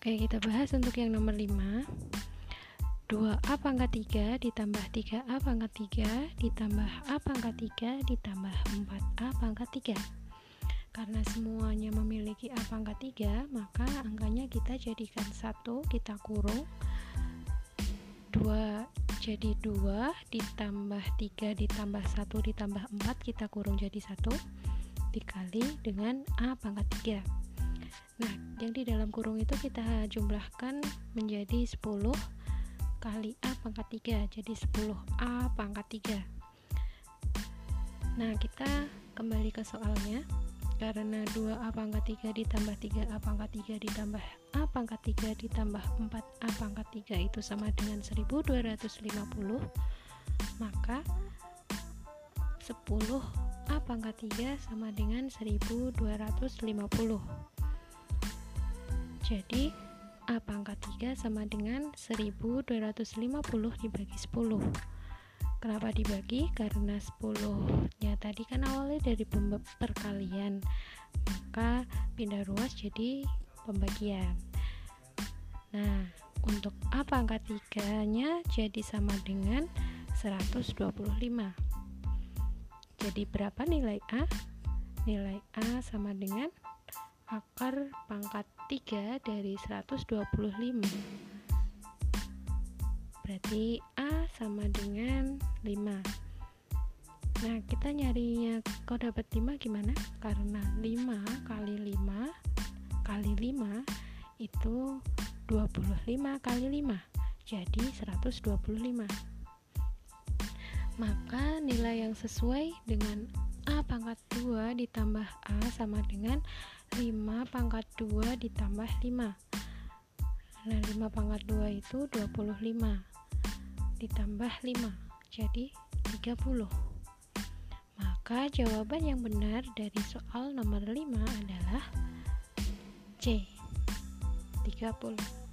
Oke, kita bahas untuk yang nomor 5. 2A pangkat 3 ditambah 3A pangkat 3 ditambah A pangkat 3 ditambah 4A pangkat 3. Karena semuanya memiliki A pangkat 3, maka angkanya kita jadikan 1, kita kurung. 2 jadi 2 ditambah 3 ditambah 1 ditambah 4, kita kurung jadi 1 dikali dengan A pangkat 3. Nah, yang di dalam kurung itu kita jumlahkan menjadi 10 kali A pangkat 3, jadi 10A pangkat 3. Nah, kita kembali ke soalnya. Karena 2A pangkat 3 ditambah 3A pangkat 3 ditambah A pangkat 3 ditambah 4A pangkat 3 itu sama dengan 1250, maka 10A pangkat 3 sama dengan 1250. Jadi A pangkat 3 sama dengan 1250 dibagi 10. Kenapa dibagi? Karena 10-nya tadi kan awalnya dari perkalian, maka pindah ruas jadi pembagian. Nah, untuk A pangkat 3-nya jadi sama dengan 125. Jadi berapa nilai A? Nilai A sama dengan akar pangkat 3 dari 125. Berarti A sama dengan 5. Nah, kita nyarinya kok dapat 5 gimana? Karena 5 kali 5 kali 5 itu 25 kali 5, jadi 125. Maka nilai yang sesuai dengan A pangkat 2 ditambah A sama dengan 5 pangkat 2 ditambah 5. Nah, 5 pangkat 2 itu 25 ditambah 5, jadi 30. Maka jawaban yang benar dari soal nomor 5 adalah C, 30.